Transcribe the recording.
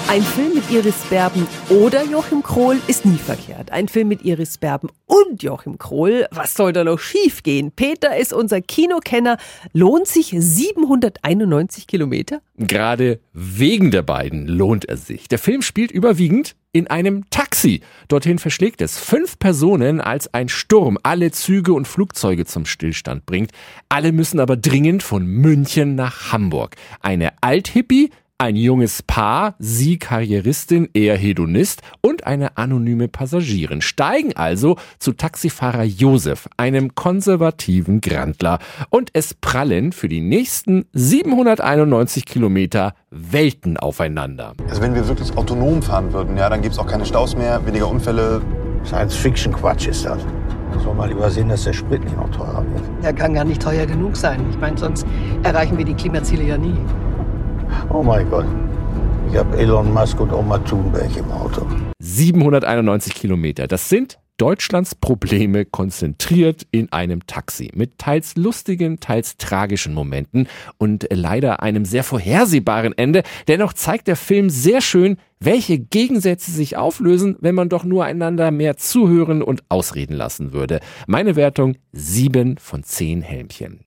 Ein Film mit Iris Berben oder Joachim Krohl ist nie verkehrt. Ein Film mit Iris Berben und Joachim Krohl, was soll da noch schief gehen? Peter ist unser Kinokenner. Lohnt sich 791 Kilometer? Gerade wegen der beiden lohnt er sich. Der Film spielt überwiegend in einem Taxi. Dorthin verschlägt es 5 Personen, als ein Sturm alle Züge und Flugzeuge zum Stillstand bringt. Alle müssen aber dringend von München nach Hamburg. Eine Althippie, ein junges Paar, sie Karrieristin, er Hedonist und eine anonyme Passagierin steigen also zu Taxifahrer Josef, einem konservativen Grandler. Und es prallen für die nächsten 791 Kilometer Welten aufeinander. Also wenn wir wirklich autonom fahren würden, ja, dann gibt's auch keine Staus mehr, weniger Unfälle. Science-Fiction-Quatsch ist das. Soll mal übersehen, dass der Sprit nicht noch teurer wird. Er kann gar nicht teuer genug sein. Ich meine, sonst erreichen wir die Klimaziele ja nie. Oh mein Gott. Ich habe Elon Musk und Oma Thunberg im Auto. 791 Kilometer, das sind Deutschlands Probleme konzentriert in einem Taxi. Mit teils lustigen, teils tragischen Momenten und leider einem sehr vorhersehbaren Ende. Dennoch zeigt der Film sehr schön, welche Gegensätze sich auflösen, wenn man doch nur einander mehr zuhören und ausreden lassen würde. Meine Wertung: 7 von 10 Helmchen.